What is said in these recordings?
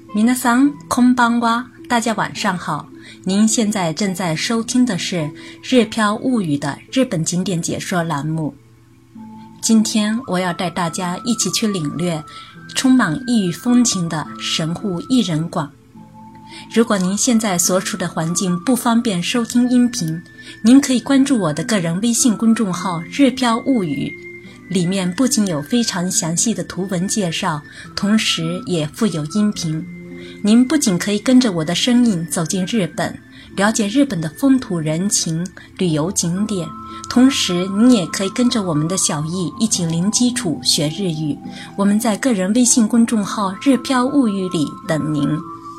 皆さんこんばんは，大家晚上好。您现在正在收听的是《日飘物语》的日本景点解说栏目。今天我要带大家一起去领略充满异域风情的神户艺人馆。如果您现在所处的环境不方便收听音频，您可以关注我的个人微信公众号“日飘物语”，里面不仅有非常详细的图文介绍，同时也附有音频。您不仅可以跟着我的声音走进日本，了解日本的风土人情、旅游景点，同时你也可以跟着我们的小易一起零基础学日语。我们在个人微信公众号“日飘物语”里等您。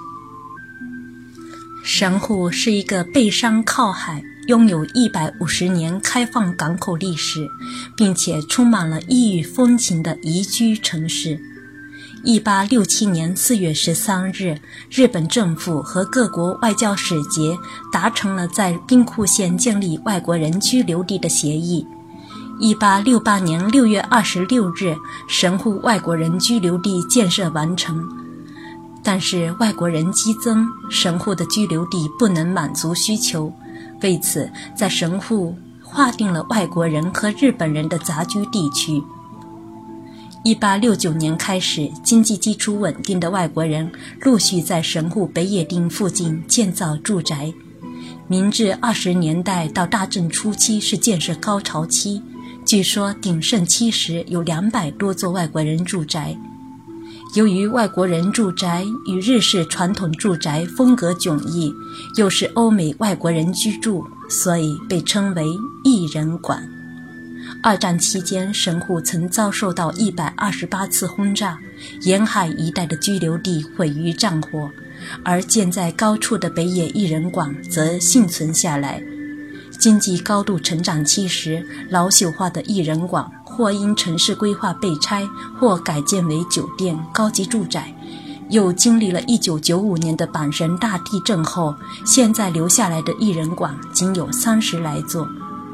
神户是一个背山靠海，拥有150年开放港口历史，并且充满了异域风情的宜居城市。1867年4月13日，日本政府和各国外交使节达成了在兵库县建立外国人居留地的协议。1868年6月26日，神户外国人居留地建设完成。但是外国人激增，神户的居留地不能满足需求，为此在神户划定了外国人和日本人的杂居地区。1869年开始，经济基础稳定的外国人陆续在神户北野町附近建造住宅。明治20年代到大正初期是建设高潮期，据说鼎盛期时有200多座外国人住宅。由于外国人住宅与日式传统住宅风格迥异，又是欧美外国人居住，所以被称为艺人馆。二战期间，神户曾遭受到128次轰炸，沿海一带的居留地毁于战火，而建在高处的北野艺人馆则幸存下来。经济高度成长期时，老朽化的艺人馆或因城市规划被拆，或改建为酒店、高级住宅。又经历了1995年的阪神大地震后，现在留下来的艺人馆仅有30来座。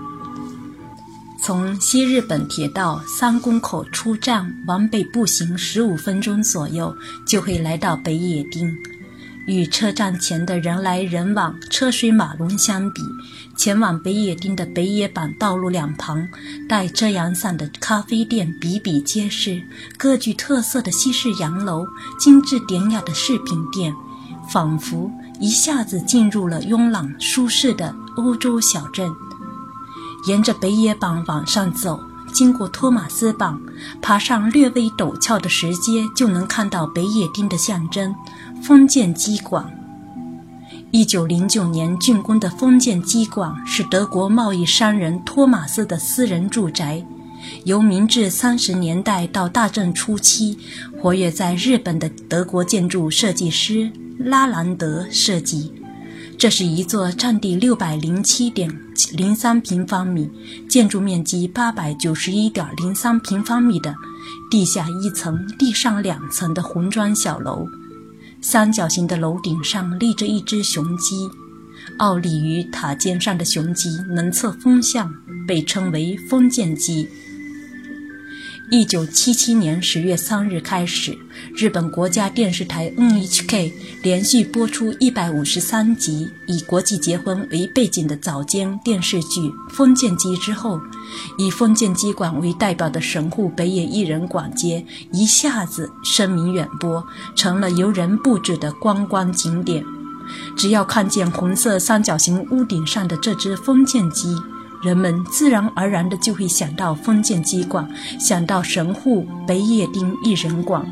从西日本铁道三宫口出站往北步行15分钟左右，就会来到北野町。与车站前的人来人往、车水马龙相比，前往北野町的北野坂道路两旁带遮阳伞的咖啡店比比皆是，各具特色的西式洋楼、精致典雅的饰品店，仿佛一下子进入了慵懒舒适的欧洲小镇。沿着北野坂往上走，经过托马斯坂，爬上略微陡峭的石阶，就能看到北野町的象征丰建机馆。1909年竣工的丰建机馆是德国贸易商人托马斯的私人住宅，由明治30年代到大正初期活跃在日本的德国建筑设计师拉兰德设计。这是一座占地607.03平方米、建筑面积891.03平方米的地下1层、地上2层的红砖小楼。三角形的楼顶上立着一只雄鸡，傲立于塔尖上的雄鸡能测风向，被称为丰建鸡。1977年10月3日开始，日本国家电视台 NHK 连续播出153集以国际结婚为背景的早间电视剧《丰建鸡》之后，以丰建鸡馆为代表的神户北野艺人馆街一下子声名远播，成了由人布置的观光景点。只要看见红色三角形屋顶上的这只丰建鸡，人们自然而然地就会想到丰建机馆，想到神户北野町艺人馆。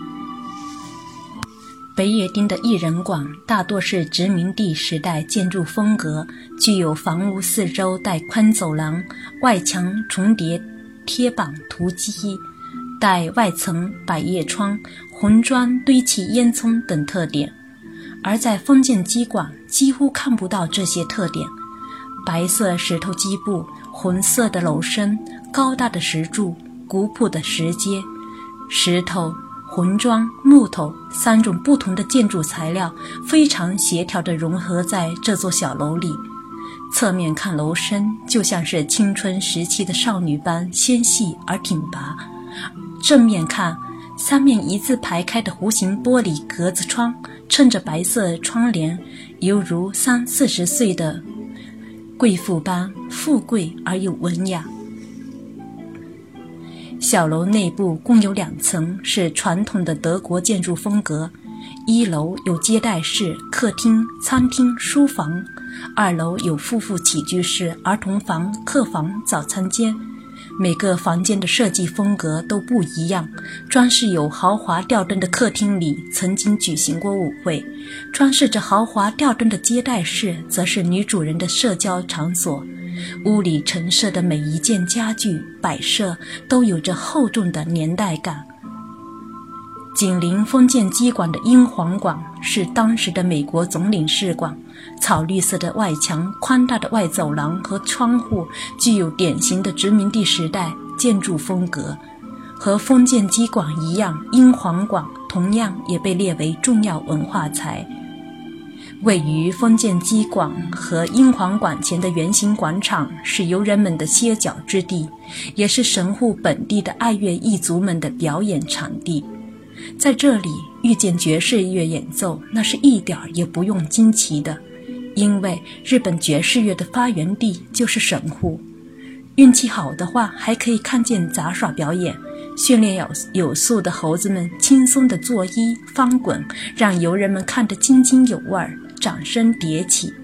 北野町的艺人馆大多是殖民地时代建筑风格，具有房屋四周带宽走廊、外墙重叠贴板涂基、带外层百叶窗、红砖堆砌烟囱等特点。而在丰建机馆几乎看不到这些特点。白色石头基部、红色的楼身、高大的石柱、古朴的石阶，石头、红砖、木头3种不同的建筑材料非常协调地融合在这座小楼里。侧面看楼身就像是青春时期的少女般纤细而挺拔，正面看三面一字排开的弧形玻璃格子窗，衬着白色窗帘，犹如30-40岁的贵妇般富贵而又文雅。小楼内部共有2层，是传统的德国建筑风格。1楼有接待室、客厅、餐厅、书房；2楼有夫妇起居室、儿童房、客房、早餐间。每个房间的设计风格都不一样。装饰有豪华吊灯的客厅里曾经举行过舞会，装饰着豪华吊灯的接待室则是女主人的社交场所。屋里陈设的每一件家具摆设都有着厚重的年代感。紧邻封建机馆的英皇馆是当时的美国总领事馆，草绿色的外墙、宽大的外走廊和窗户具有典型的殖民地时代建筑风格。和封建机馆一样，英皇馆同样也被列为重要文化财。位于封建机馆和英皇馆前的圆形广场是游人们的歇脚之地，也是神户本地的爱乐一族们的表演场地。在这里遇见爵士乐演奏，那是一点也不用惊奇的，因为日本爵士乐的发源地就是神户。运气好的话，还可以看见杂耍表演，训练有素的猴子们轻松地作揖翻滚，让游人们看得津津有味，掌声迭起。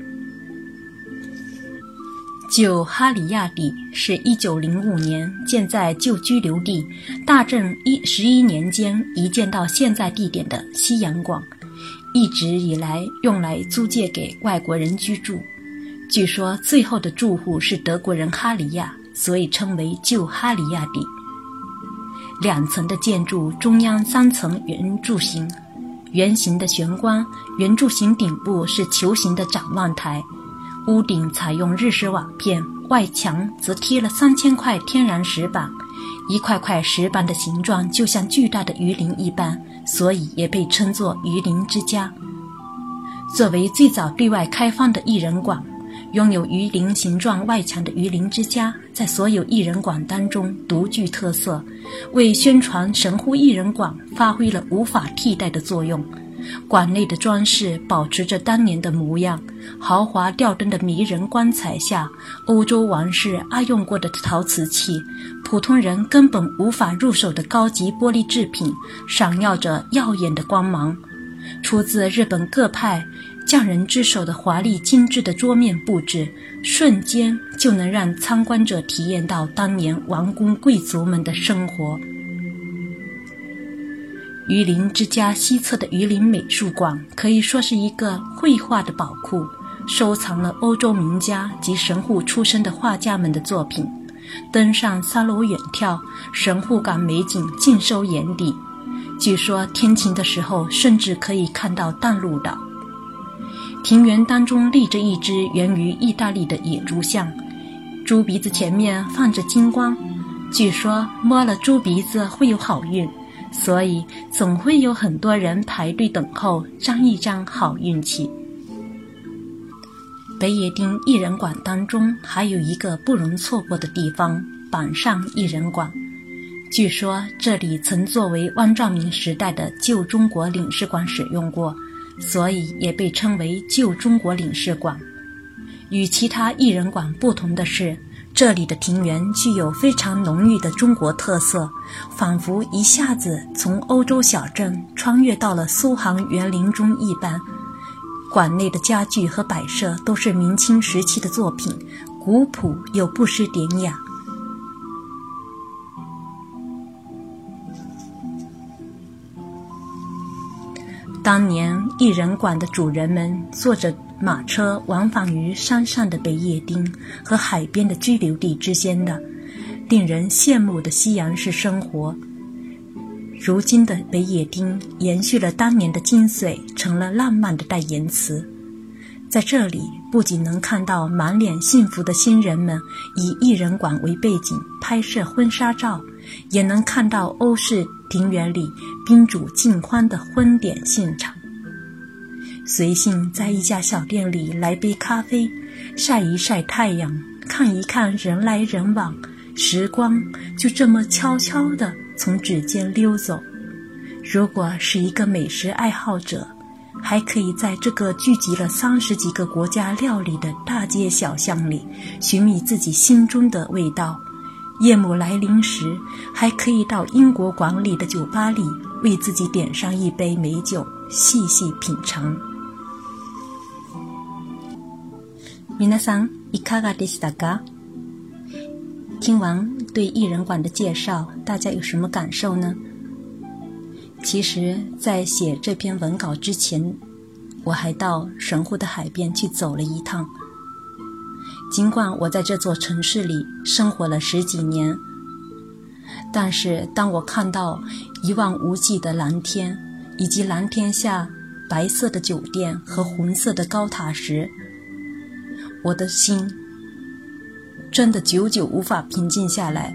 旧哈里亚底是1905年建在旧居留地大正11年间移建到现在地点的西洋馆，一直以来用来租借给外国人居住。据说最后的住户是德国人哈里亚，所以称为旧哈里亚底。2层的建筑，中央3层圆柱形，圆形的玄关，圆柱形顶部是球形的展望台。屋顶采用日式瓦片，外墙则贴了3000块天然石板，一块块石板的形状就像巨大的鱼鳞一般，所以也被称作鱼鳞之家。作为最早对外开放的艺人馆，拥有鱼鳞形状外墙的鱼鳞之家在所有艺人馆当中独具特色，为宣传神户艺人馆发挥了无法替代的作用。馆内的装饰保持着当年的模样，豪华吊灯的迷人光彩下，欧洲王室爱用过的陶瓷器，普通人根本无法入手的高级玻璃制品，闪耀着耀眼的光芒。出自日本各派匠人之手的华丽精致的桌面布置，瞬间就能让参观者体验到当年王公贵族们的生活。鱼鳞之家西侧的鱼鳞美术馆可以说是一个绘画的宝库，收藏了欧洲名家及神户出身的画家们的作品。登上3楼远眺，神户港美景尽收眼底。据说天晴的时候甚至可以看到淡路岛。庭园当中立着一只源于意大利的野猪像，猪鼻子前面放着金光，据说摸了猪鼻子会有好运，所以总会有很多人排队等候沾一沾好运气。北野町艺人馆当中还有一个不容错过的地方，板上艺人馆。据说这里曾作为汪兆铭时代的旧中国领事馆使用过，所以也被称为旧中国领事馆。与其他艺人馆不同的是，这里的庭园具有非常浓郁的中国特色，仿佛一下子从欧洲小镇穿越到了苏杭园林中一般。馆内的家具和摆设都是明清时期的作品，古朴又不失典雅。当年艺人馆的主人们坐着马车往返于山上的北野町和海边的居留地之间的令人羡慕的西洋式生活。如今的北野町延续了当年的精髓，成了浪漫的代言词。在这里不仅能看到满脸幸福的新人们以艺人馆为背景拍摄婚纱照，也能看到欧式庭园里宾主尽欢的婚典现场。随性在一家小店里来杯咖啡，晒一晒太阳，看一看人来人往，时光就这么悄悄地从指尖溜走。 如果是一个美食爱好者，还可以在这个聚集了30几个国家料理的大街小巷里寻觅自己心中的味道。夜幕来临时，还可以到英国馆里的酒吧里为自己点上一杯美酒，细细品尝。皆さんいかがでしたか？听完对艺人馆的介绍，大家有什么感受呢？其实在写这篇文稿之前，我还到神户的海边去走了一趟。尽管我在这座城市里生活了10几年，但是当我看到一望无际的蓝天，以及蓝天下白色的酒店和红色的高塔时，我的心真的久久无法平静下来。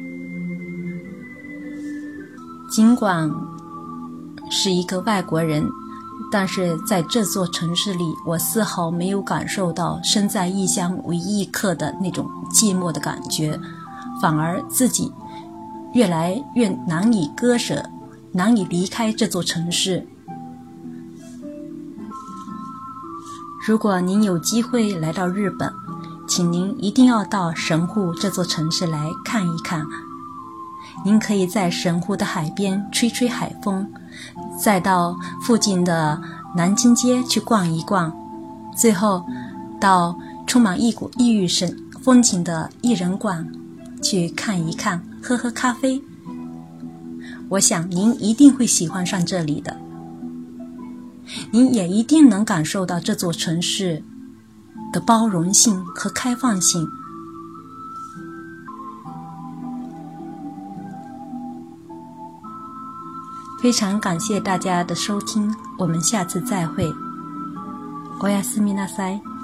尽管是一个外国人，但是在这座城市里，我丝毫没有感受到身在异乡为异客的那种寂寞的感觉，反而自己越来越难以割舍，难以离开这座城市。如果您有机会来到日本，请您一定要到神户这座城市来看一看。您可以在神户的海边吹吹海风，再到附近的南京街去逛一逛，最后到充满异域风情的艺人馆去看一看，喝喝咖啡。我想您一定会喜欢上这里的，您也一定能感受到这座城市的包容性和开放性。非常感谢大家的收听，我们下次再会。おやすみなさい。